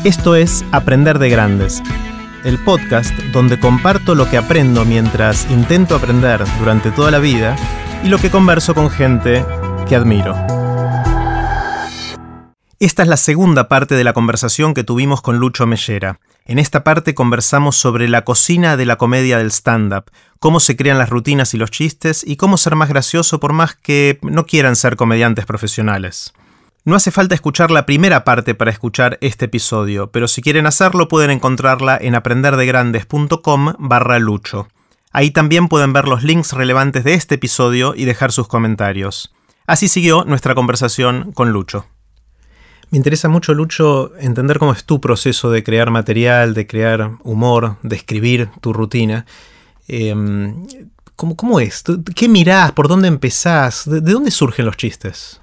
Esto es Aprender de Grandes, el podcast donde comparto lo que aprendo mientras intento aprender durante toda la vida y lo que converso con gente que admiro. Esta es la segunda parte de la conversación que tuvimos con Lucho Mellera. En esta parte conversamos sobre la cocina de la comedia del stand-up, cómo se crean las rutinas y los chistes y cómo ser más gracioso por más que no quieran ser comediantes profesionales. No hace falta escuchar la primera parte para escuchar este episodio, pero si quieren hacerlo pueden encontrarla en aprenderdegrandes.com/Lucho. Ahí también pueden ver los links relevantes de este episodio y dejar sus comentarios. Así siguió nuestra conversación con Lucho. Me interesa mucho, Lucho, entender cómo es tu proceso de crear material, de crear humor, de escribir tu rutina. ¿Cómo es? ¿Qué mirás? ¿Por dónde empezás? ¿De dónde surgen los chistes?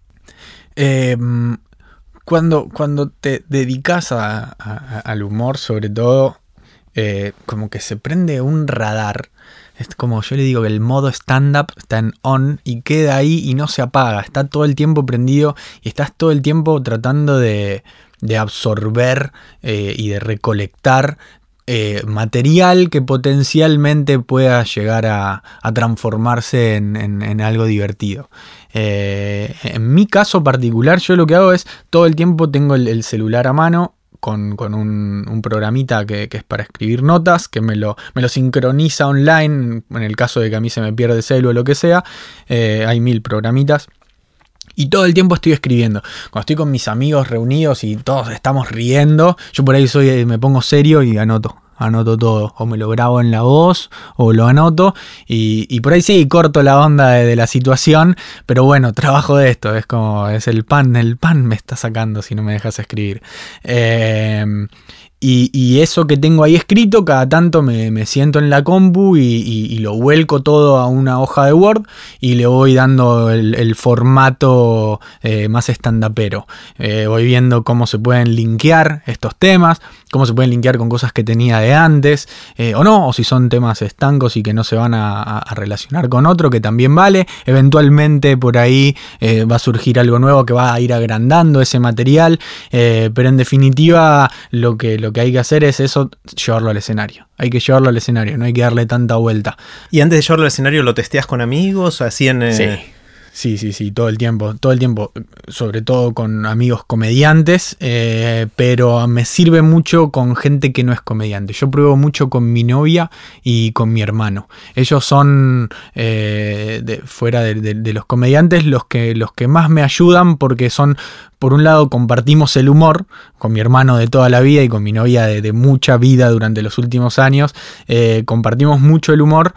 Cuando te dedicas al humor, sobre todo, como que se prende un radar. Es como yo le digo que el modo stand-up está en on y queda ahí y no se apaga. Está todo el tiempo prendido y estás todo el tiempo tratando de absorber y de recolectar material que potencialmente pueda llegar a transformarse en algo divertido. En mi caso particular, yo lo que hago es todo el tiempo tengo el celular a mano con un programita que es para escribir notas, que me lo sincroniza online en el caso de que a mí se me pierde el celu o lo que sea. Hay 1000 programitas. Y todo el tiempo estoy escribiendo. Cuando estoy con mis amigos reunidos y todos estamos riendo, yo por ahí me pongo serio y anoto todo, o me lo grabo en la voz, o lo anoto, y por ahí sí, corto la onda de la situación, pero bueno, trabajo de esto, es el pan me está sacando si no me dejas escribir. Y eso que tengo ahí escrito, cada tanto me siento en la compu y lo vuelco todo a una hoja de Word y le voy dando el formato más stand-upero. Voy viendo cómo se pueden linkear estos temas, cómo se pueden linkear con cosas que tenía de antes, o no, o si son temas estancos y que no se van a relacionar con otro, que también vale. Eventualmente por ahí va a surgir algo nuevo que va a ir agrandando ese material, pero en definitiva lo que hay que hacer es eso, llevarlo al escenario. Hay que llevarlo al escenario, no hay que darle tanta vuelta. ¿Y antes de llevarlo al escenario lo testeás con amigos? Así en... Sí, todo el tiempo, sobre todo con amigos comediantes, pero me sirve mucho con gente que no es comediante. Yo pruebo mucho con mi novia y con mi hermano. Ellos son, fuera de los comediantes, los que más me ayudan, porque son, por un lado, compartimos el humor con mi hermano de toda la vida y con mi novia de mucha vida durante los últimos años. Compartimos mucho el humor.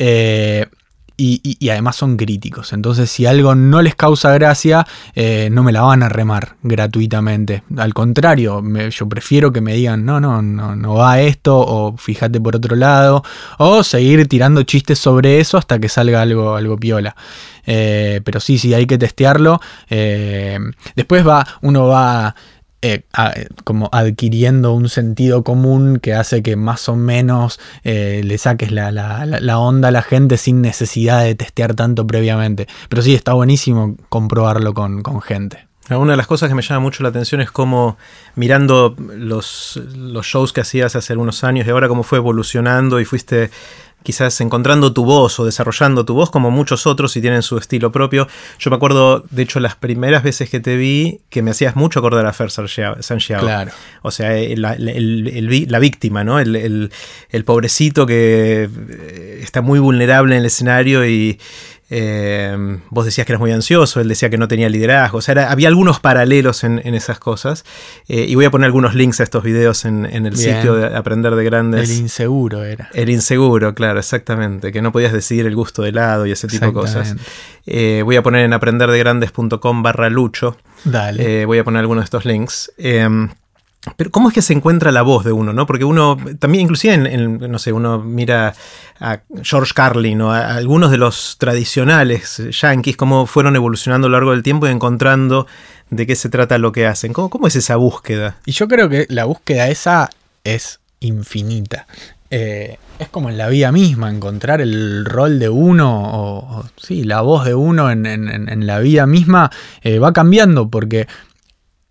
Y además son críticos, entonces si algo no les causa gracia, no me la van a remar gratuitamente. Al contrario, yo prefiero que me digan no va esto, o fíjate por otro lado, o seguir tirando chistes sobre eso hasta que salga algo piola. Pero sí, hay que testearlo. Después uno va como adquiriendo un sentido común que hace que más o menos le saques la onda a la gente sin necesidad de testear tanto previamente. Pero sí, está buenísimo comprobarlo con gente. Una de las cosas que me llama mucho la atención es cómo, mirando los shows que hacías hace algunos años y ahora cómo fue evolucionando y fuiste quizás encontrando tu voz o desarrollando tu voz como muchos otros y tienen su estilo propio. Yo me acuerdo, de hecho, las primeras veces que te vi, que me hacías mucho acordar a Fer Sangiao. Claro. O sea, la víctima, ¿no? El pobrecito que está muy vulnerable en el escenario y vos decías que eras muy ansioso, él decía que no tenía liderazgo. O sea, había algunos paralelos en esas cosas. Y voy a poner algunos links a estos videos en el sitio de Aprender de Grandes. El inseguro era. El inseguro, claro, exactamente. Que no podías decidir el gusto de helado y ese tipo de cosas. Voy a poner en aprenderdegrandes.com/Lucho. Dale. Voy a poner algunos de estos links. Pero ¿cómo es que se encuentra la voz de uno, no? Porque uno también, inclusive no sé, uno mira a George Carlin o a algunos de los tradicionales yankees, cómo fueron evolucionando a lo largo del tiempo y encontrando de qué se trata lo que hacen. ¿Cómo es esa búsqueda? Y yo creo que la búsqueda esa es infinita. Es como en la vida misma, encontrar el rol de uno, la voz de uno en la vida misma va cambiando, porque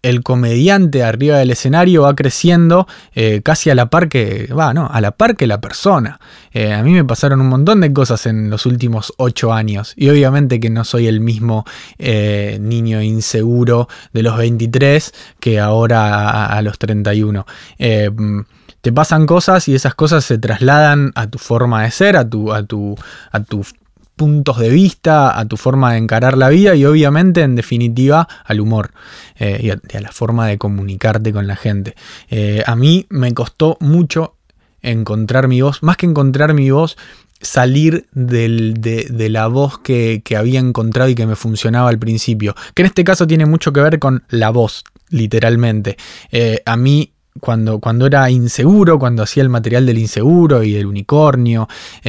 el comediante arriba del escenario va creciendo casi a la par que la persona. A mí me pasaron un montón de cosas en los últimos 8 años y obviamente que no soy el mismo niño inseguro de los 23 que ahora a los 31. Te pasan cosas y esas cosas se trasladan a tu forma de ser, a tus puntos de vista, a tu forma de encarar la vida y obviamente, en definitiva, al humor y a la forma de comunicarte con la gente. A mí me costó mucho encontrar mi voz, más que encontrar mi voz, salir de la voz que había encontrado y que me funcionaba al principio, que en este caso tiene mucho que ver con la voz, literalmente. A mí, cuando era inseguro, cuando hacía el material del inseguro y del unicornio,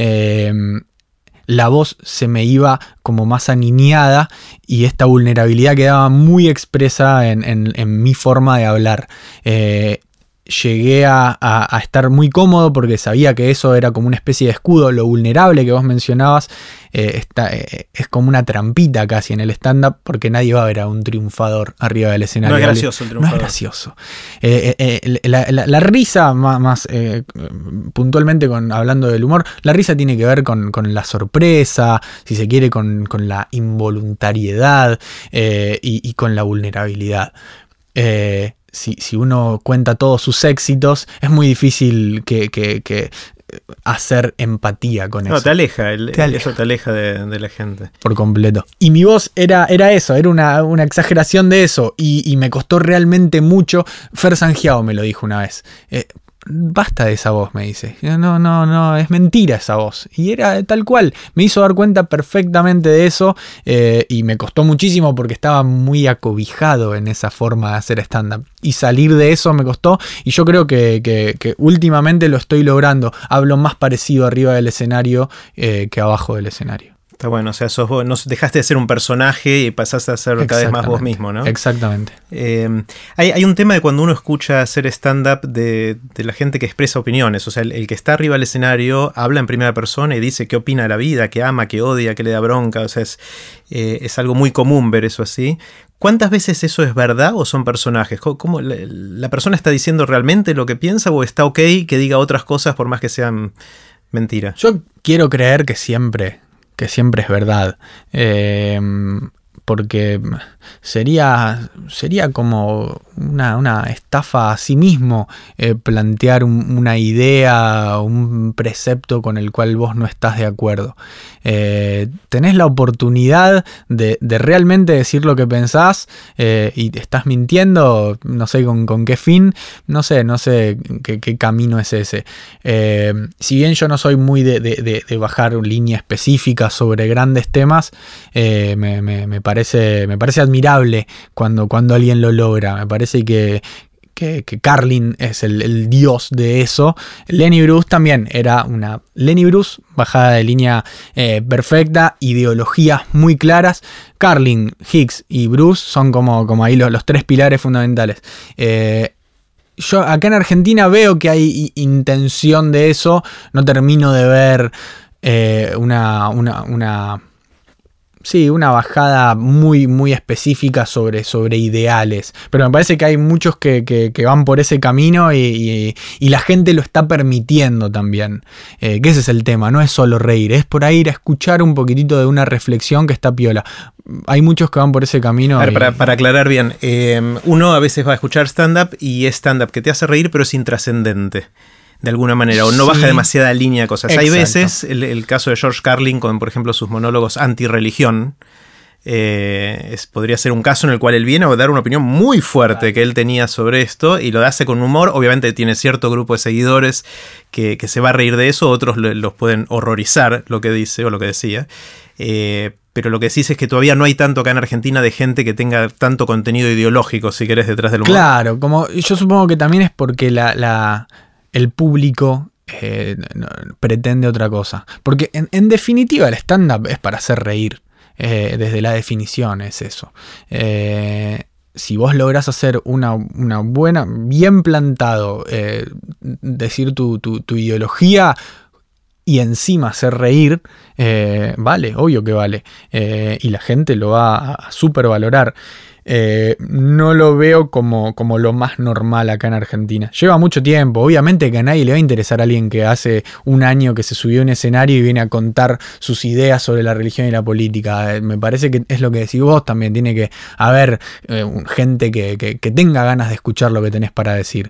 la voz se me iba como más aniñada y esta vulnerabilidad quedaba muy expresa en mi forma de hablar. Llegué a estar muy cómodo porque sabía que eso era como una especie de escudo. Lo vulnerable que vos mencionabas es como una trampita casi en el stand-up, porque nadie va a ver a un triunfador arriba del escenario. No es gracioso el triunfador. No es gracioso. La risa, más puntualmente hablando del humor, la risa tiene que ver con la sorpresa, si se quiere, con la involuntariedad y con la vulnerabilidad. Si uno cuenta todos sus éxitos, es muy difícil que hacer empatía con eso. No, te aleja. Eso te aleja de la gente. Por completo. Y mi voz era eso, era una exageración de eso. Y me costó realmente mucho. Fer Sangiao me lo dijo una vez. Basta de esa voz, me dice. No, es mentira esa voz. Y era tal cual. Me hizo dar cuenta perfectamente de eso y me costó muchísimo porque estaba muy acobijado en esa forma de hacer stand-up. Y salir de eso me costó y yo creo que últimamente lo estoy logrando. Hablo más parecido arriba del escenario que abajo del escenario. Está bueno, o sea, sos vos, no dejaste de ser un personaje y pasaste a ser cada vez más vos mismo, ¿no? Exactamente. Hay un tema de cuando uno escucha hacer stand-up de la gente que expresa opiniones. O sea, el que está arriba del escenario habla en primera persona y dice qué opina de la vida, qué ama, qué odia, qué le da bronca. O sea, es algo muy común ver eso así. ¿Cuántas veces eso es verdad o son personajes? ¿Cómo la persona está diciendo realmente lo que piensa o está ok que diga otras cosas por más que sean mentira? Yo quiero creer que siempre es verdad, porque sería como una estafa a sí mismo plantear una idea, un precepto con el cual vos no estás de acuerdo. Tenés la oportunidad de realmente decir lo que pensás y te estás mintiendo, no sé con qué fin, no sé qué camino es ese. Si bien yo no soy muy de bajar línea específica sobre grandes temas, me parece admirable cuando alguien lo logra. Me parece que Carlin es el dios de eso. Lenny Bruce también era Lenny Bruce, bajada de línea perfecta, ideologías muy claras. Carlin, Hicks y Bruce son como ahí los 3 pilares fundamentales. Yo acá en Argentina veo que hay intención de eso. No termino de ver una bajada muy, muy específica sobre ideales. Pero me parece que hay muchos que van por ese camino y la gente lo está permitiendo también. Que ese es el tema, no es solo reír, es por ahí ir a escuchar un poquitito de una reflexión que está piola. Hay muchos que van por ese camino. A ver, para aclarar bien, uno a veces va a escuchar stand-up y es stand-up que te hace reír pero es intrascendente. De alguna manera, o no baja demasiada línea de cosas. Exacto. Hay veces, el caso de George Carlin con, por ejemplo, sus monólogos anti-religión, podría ser un caso en el cual él viene a dar una opinión muy fuerte que él tenía sobre esto y lo hace con humor. Obviamente tiene cierto grupo de seguidores que se va a reír de eso, otros los pueden horrorizar lo que dice o lo que decía. Pero lo que decís es que todavía no hay tanto acá en Argentina de gente que tenga tanto contenido ideológico, si querés, detrás del humor. Claro, como yo supongo que también es porque el público pretende otra cosa. Porque en definitiva el stand-up es para hacer reír. Desde la definición es eso. Si vos lográs hacer una buena, bien plantado, decir tu ideología y encima hacer reír, vale, obvio que vale. Y la gente lo va a súper valorar. no lo veo como lo más normal acá en Argentina. Lleva mucho tiempo, obviamente que a nadie le va a interesar a alguien que hace un año que se subió a un escenario y viene a contar sus ideas sobre la religión y la política. Me parece que es lo que decís vos también, tiene que haber gente que tenga ganas de escuchar lo que tenés para decir.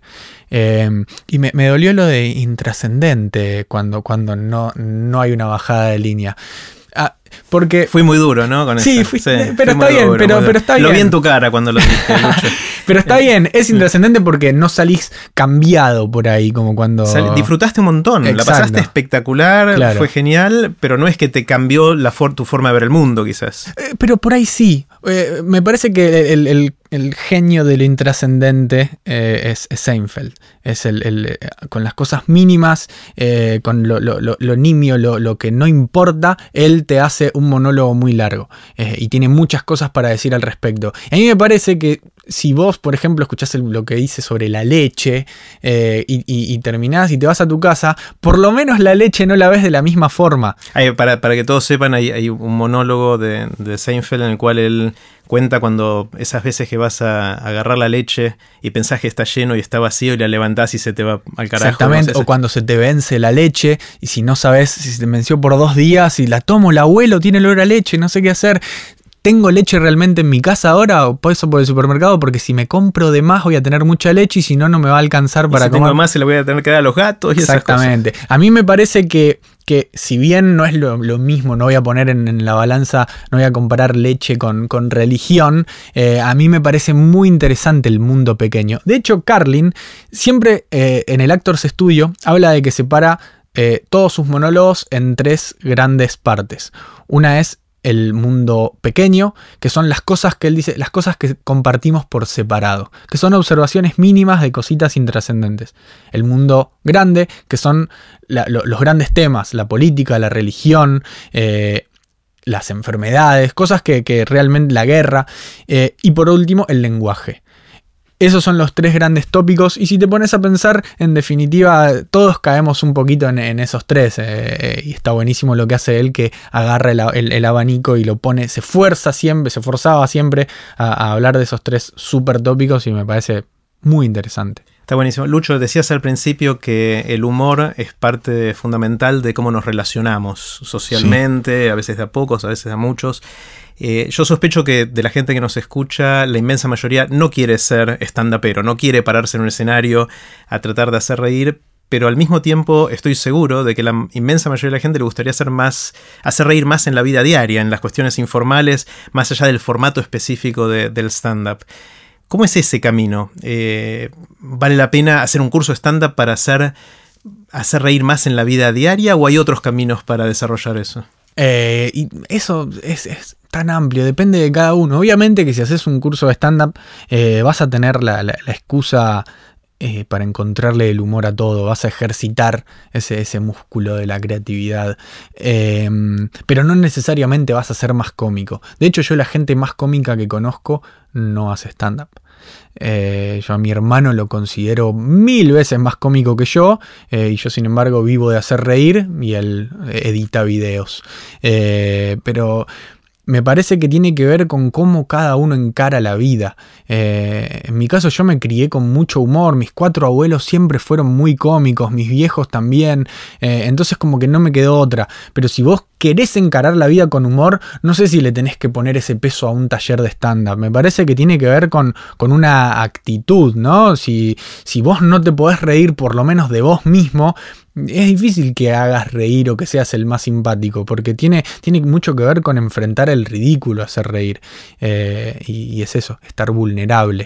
Y me dolió lo de intrascendente cuando no hay una bajada de línea. Porque fui muy duro, ¿no? Con sí, eso. Pero está bien, pero está bien. Lo vi en tu cara cuando lo dijiste, Lucho. Pero está bien, es intrascendente porque no salís cambiado por ahí, como cuando... Disfrutaste un montón, Exacto. La pasaste espectacular, claro. Fue genial, pero no es que te cambió tu forma de ver el mundo, quizás. Pero por ahí sí. Me parece que el genio de lo intrascendente es Seinfeld. Es con las cosas mínimas, con lo nimio, lo que no importa, él te hace un monólogo muy largo y tiene muchas cosas para decir al respecto. A mí me parece que si vos, por ejemplo, escuchás lo que dice sobre la leche y terminás y te vas a tu casa, por lo menos la leche no la ves de la misma forma. Para que todos sepan, hay un monólogo de Seinfeld en el cual él cuenta cuando esas veces que vas a agarrar la leche y pensás que está lleno y está vacío y la levantás y se te va al carajo. Exactamente, o cuando se te vence la leche y si no sabes si se te venció por 2 días y la tomo, el abuelo tiene olor a leche, no sé qué hacer. ¿Tengo leche realmente en mi casa ahora o paso por el supermercado? Porque si me compro de más voy a tener mucha leche y si no, no me va a alcanzar para comer. Si tengo más se la voy a tener que dar a los gatos y exactamente. Esas cosas. A mí me parece que si bien no es lo mismo, no voy a poner en la balanza, no voy a comparar leche con religión, a mí me parece muy interesante el mundo pequeño. De hecho, Carlin siempre en el Actors Studio habla de que separa todos sus monólogos en 3 grandes partes. Una es el mundo pequeño, que son las cosas que él dice, las cosas que compartimos por separado, que son observaciones mínimas de cositas intrascendentes. El mundo grande, que son los grandes temas, la política, la religión, las enfermedades, cosas que realmente la guerra, y por último el lenguaje. Esos son los 3 grandes tópicos y si te pones a pensar, en definitiva, todos caemos un poquito en esos 3 y está buenísimo lo que hace él, que agarra el abanico y lo pone, se forzaba siempre a hablar de esos 3 super tópicos y me parece muy interesante. Está buenísimo. Lucho, decías al principio que el humor es parte fundamental de cómo nos relacionamos socialmente, sí. A veces de a pocos, a veces de a muchos. Yo sospecho que de la gente que nos escucha, la inmensa mayoría no quiere ser stand-upero, no quiere pararse en un escenario a tratar de hacer reír, pero al mismo tiempo estoy seguro de que la inmensa mayoría de la gente le gustaría hacer reír más en la vida diaria, en las cuestiones informales, más allá del formato específico del stand-up. ¿Cómo es ese camino? ¿Vale la pena hacer un curso de stand-up para hacer reír más en la vida diaria o hay otros caminos para desarrollar eso? Y eso es tan amplio, depende de cada uno. Obviamente que si haces un curso de stand-up vas a tener la excusa para encontrarle el humor a todo, vas a ejercitar ese músculo de la creatividad, pero no necesariamente vas a ser más cómico. De hecho, yo la gente más cómica que conozco no hace stand-up. Yo a mi hermano lo considero 1000 veces más cómico que yo, y yo sin embargo vivo de hacer reír y él edita videos, pero me parece que tiene que ver con cómo cada uno encara la vida. En mi caso yo me crié con mucho humor, mis 4 abuelos siempre fueron muy cómicos, mis viejos también, entonces como que no me quedó otra. Pero si vos querés encarar la vida con humor, no sé si le tenés que poner ese peso a un taller de stand-up. Me parece que tiene que ver con una actitud, ¿no? Si vos no te podés reír por lo menos de vos mismo, es difícil que hagas reír o que seas el más simpático, porque tiene mucho que ver con enfrentar el ridículo, hacer reír, y es eso, estar vulnerable.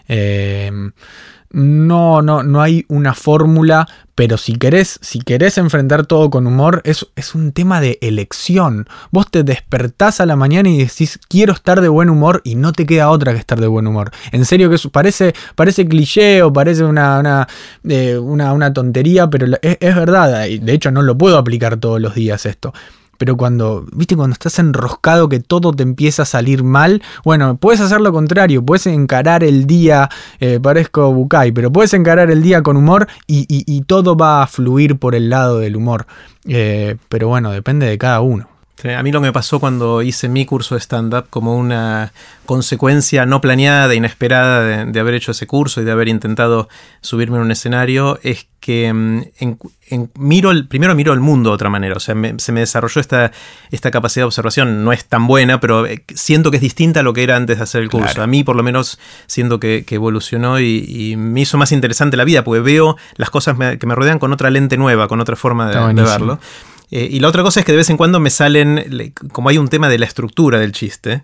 No hay una fórmula, pero si querés enfrentar todo con humor, es un tema de elección. Vos te despertás a la mañana y decís, quiero estar de buen humor, y no te queda otra que estar de buen humor. En serio que eso parece cliché o parece una tontería, pero es verdad. De hecho, no lo puedo aplicar todos los días esto. Pero cuando estás enroscado que todo te empieza a salir mal, bueno, puedes hacer lo contrario, puedes encarar el día, parezco Bucay, pero puedes encarar el día con humor y todo va a fluir por el lado del humor. Pero bueno, depende de cada uno. A mí lo que me pasó cuando hice mi curso de stand-up, como una consecuencia no planeada, inesperada de haber hecho ese curso y de haber intentado subirme en un escenario, es que primero miro el mundo de otra manera. O sea, se me desarrolló esta capacidad de observación. No es tan buena, pero siento que es distinta a lo que era antes de hacer el curso. Claro. A mí, por lo menos, siento que evolucionó y me hizo más interesante la vida, porque veo las cosas que me rodean con otra lente nueva, con otra forma de verlo. Y la otra cosa es que de vez en cuando me salen, como hay un tema de la estructura del chiste,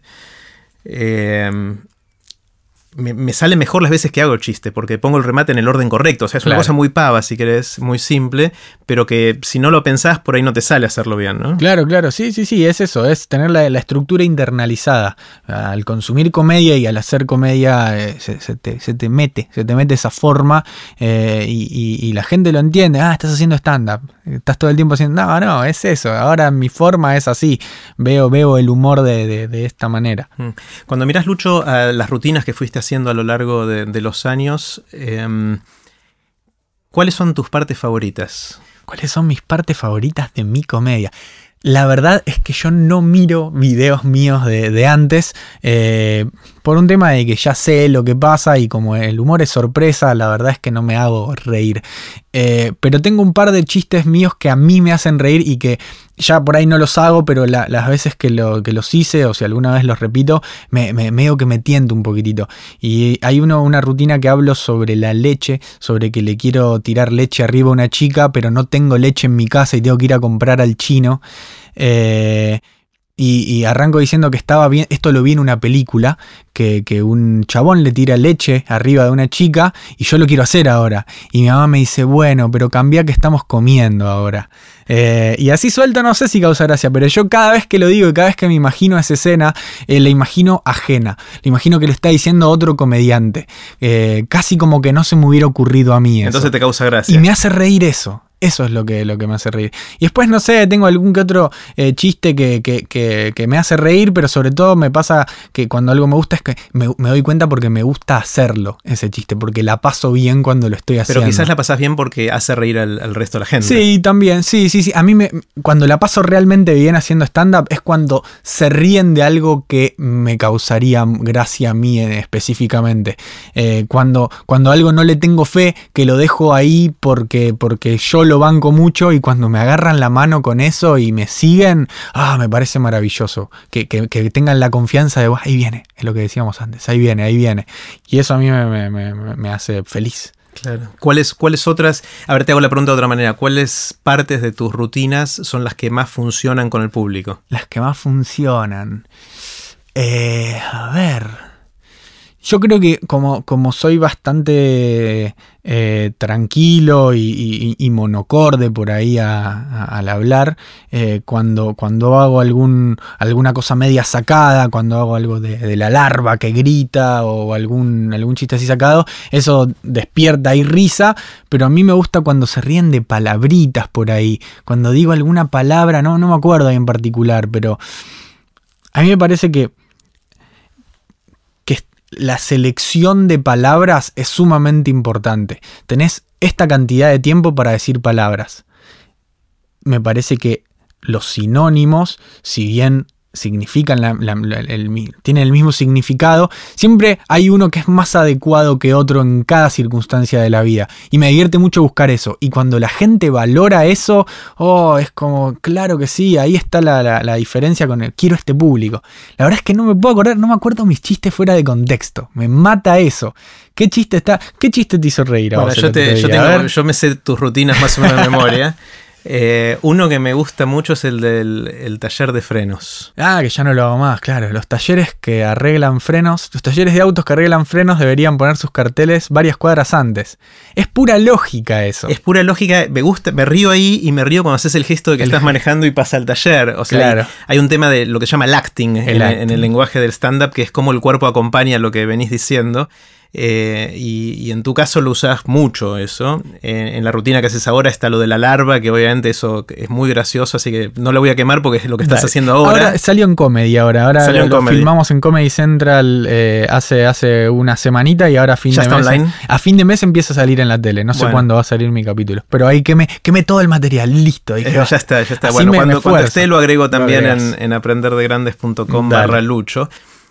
me sale mejor las veces que hago el chiste, porque pongo el remate en el orden correcto. O sea, es una cosa muy pava, si querés, muy simple, pero que si no lo pensás, por ahí no te sale hacerlo bien, ¿no? Claro, sí, es eso, es tener la estructura internalizada. Al consumir comedia y al hacer comedia se te mete esa forma y la gente lo entiende. Estás haciendo stand-up, estás todo el tiempo haciendo... No, es eso, ahora mi forma es así, veo el humor de esta manera. Cuando mirás, Lucho, a las rutinas que fuiste haciendo a lo largo de los años, ¿cuáles son tus partes favoritas? ¿Cuáles son mis partes favoritas de mi comedia? La verdad es que yo no miro videos míos de antes por un tema de que ya sé lo que pasa y como el humor es sorpresa, la verdad es que no me hago reír. Pero tengo un par de chistes míos que a mí me hacen reír y que ya por ahí no los hago, pero las veces que los hice, o si alguna vez los repito, medio que me tiento un poquitito. Y hay una rutina que hablo sobre la leche, sobre que le quiero tirar leche arriba a una chica, pero no tengo leche en mi casa y tengo que ir a comprar al chino. Y arranco diciendo que estaba bien, esto lo vi en una película, que un chabón le tira leche arriba de una chica y yo lo quiero hacer ahora. Y mi mamá me dice, bueno, pero cambia que estamos comiendo ahora. Y así suelto, no sé si causa gracia, pero yo cada vez que lo digo y cada vez que me imagino esa escena, la imagino ajena. La imagino que lo está diciendo otro comediante. Casi como que no se me hubiera ocurrido a mí eso. Entonces te causa gracia. Y me hace reír eso. Eso es lo que me hace reír. Y después, no sé, tengo algún que otro chiste que me hace reír, pero sobre todo me pasa que cuando algo me gusta es que me doy cuenta porque me gusta hacerlo, ese chiste, porque la paso bien cuando lo estoy haciendo. Pero quizás la pasás bien porque hace reír al resto de la gente. Sí, también, sí. A mí cuando la paso realmente bien haciendo stand-up es cuando se ríen de algo que me causaría gracia a mí específicamente. Cuando algo no le tengo fe, que lo dejo ahí porque yo lo banco mucho y cuando me agarran la mano con eso y me siguen, me parece maravilloso. Que tengan la confianza de, ahí viene, es lo que decíamos antes, ahí viene. Y eso a mí me hace feliz. Claro. ¿Cuáles otras? A ver, te hago la pregunta de otra manera. ¿Cuáles partes de tus rutinas son las que más funcionan con el público? Las que más funcionan. A ver. Yo creo que como soy bastante tranquilo y monocorde por ahí al hablar, cuando hago alguna cosa media sacada, cuando hago algo de la larva que grita o algún chiste así sacado, eso despierta ahí risa, pero a mí me gusta cuando se ríen de palabritas por ahí, cuando digo alguna palabra, no me acuerdo ahí en particular, pero a mí me parece que la selección de palabras es sumamente importante. Tenés esta cantidad de tiempo para decir palabras. Me parece que los sinónimos, si bien significan tienen el mismo significado, siempre hay uno que es más adecuado que otro en cada circunstancia de la vida. Y me divierte mucho buscar eso. Y cuando la gente valora eso, es como, claro que sí, ahí está la diferencia con quiero este público. La verdad es que no me puedo acordar, no me acuerdo mis chistes fuera de contexto. Me mata eso. ¿Qué chiste te hizo reír a vos? Yo me sé tus rutinas más o menos de memoria. Uno que me gusta mucho es el del taller de frenos. Que ya no lo hago más, claro. Los talleres que arreglan frenos, los talleres de autos que arreglan frenos deberían poner sus carteles varias cuadras antes. Es pura lógica eso. Es pura lógica, me gusta, me río ahí y me río cuando haces el gesto de que estás manejando y pasa al taller. O sea, claro. hay un tema de lo que se llama el acting en el lenguaje del stand-up, que es cómo el cuerpo acompaña lo que venís diciendo. Y en tu caso lo usás mucho eso. En la rutina que haces ahora está lo de la larva, que obviamente eso es muy gracioso, así que no lo voy a quemar porque es lo que estás haciendo ahora. Salió en Comedy ahora lo filmamos en Comedy Central hace una semanita y ahora a fin de mes empieza a salir en la tele. No sé cuándo va a salir mi capítulo, pero ahí quemé todo el material, listo. Ya está. Bueno, cuando esté lo agrego también en aprenderdegrandes.com/Lucho.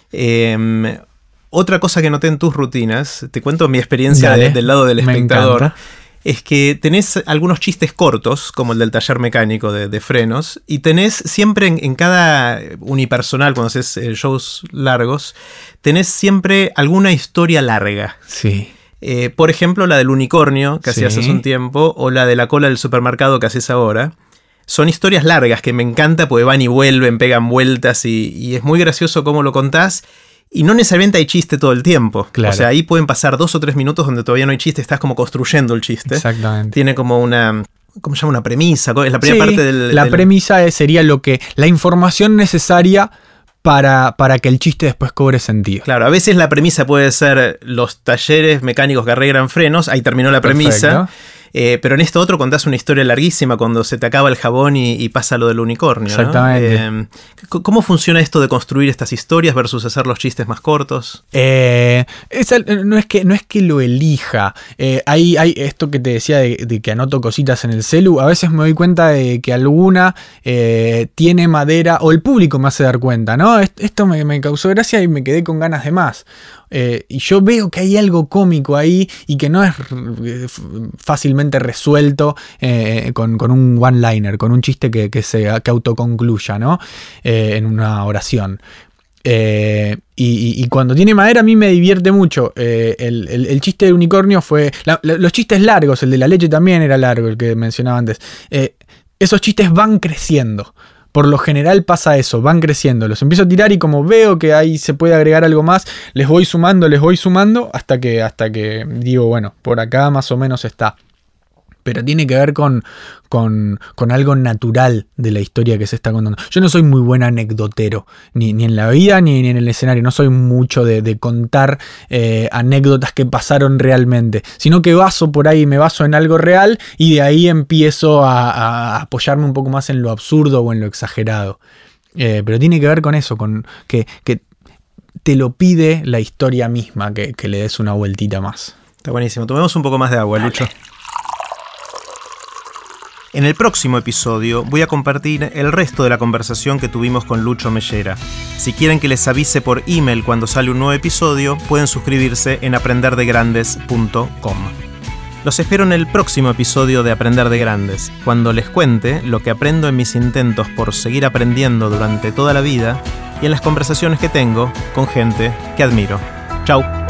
Otra cosa que noté en tus rutinas, te cuento mi experiencia del lado del espectador, es que tenés algunos chistes cortos, como el del taller mecánico de frenos, y tenés siempre en cada unipersonal, cuando haces shows largos, tenés siempre alguna historia larga. Sí. Por ejemplo, la del unicornio, que hacías hace un tiempo, o la de la cola del supermercado que haces ahora. Son historias largas que me encanta porque van y vuelven, pegan vueltas y es muy gracioso cómo lo contás. Y no necesariamente hay chiste todo el tiempo. Claro. O sea, ahí pueden pasar 2 o 3 minutos donde todavía no hay chiste, estás como construyendo el chiste. Exactamente. Tiene como una... ¿Cómo se llama? Una premisa. Es la primera parte del... La premisa sería la información necesaria para que el chiste después cobre sentido. Claro, a veces la premisa puede ser los talleres mecánicos que arreglan frenos, ahí terminó la premisa. Perfecto. Pero en esto otro contás una historia larguísima cuando se te acaba el jabón y pasa lo del unicornio. Exactamente. ¿No? ¿Cómo funciona esto de construir estas historias versus hacer los chistes más cortos? No es que lo elija. Hay esto que te decía de que anoto cositas en el celu. A veces me doy cuenta de que alguna tiene madera, o el público me hace dar cuenta, ¿no? Esto me causó gracia y me quedé con ganas de más. Y yo veo que hay algo cómico ahí y que no es fácilmente resuelto con un one-liner, con un chiste que autoconcluya, ¿no? En una oración. Y cuando tiene madera a mí me divierte mucho. El chiste del unicornio fue... los chistes largos, el de la leche también era largo, el que mencionaba antes. Esos chistes van creciendo. Por lo general pasa eso, van creciendo. Los empiezo a tirar y como veo que ahí se puede agregar algo más, les voy sumando hasta que digo, bueno, por acá más o menos está. Pero tiene que ver con algo natural de la historia que se está contando. Yo no soy muy buen anecdotero, ni en la vida ni en el escenario. No soy mucho de contar anécdotas que pasaron realmente, sino que me baso en algo real y de ahí empiezo a apoyarme un poco más en lo absurdo o en lo exagerado. Pero tiene que ver con eso, con que te lo pide la historia misma, que le des una vueltita más. Está buenísimo. Tomemos un poco más de agua, Lucho. En el próximo episodio voy a compartir el resto de la conversación que tuvimos con Lucho Mellera. Si quieren que les avise por email cuando sale un nuevo episodio, pueden suscribirse en aprenderdegrandes.com. Los espero en el próximo episodio de Aprender de Grandes, cuando les cuente lo que aprendo en mis intentos por seguir aprendiendo durante toda la vida y en las conversaciones que tengo con gente que admiro. Chau.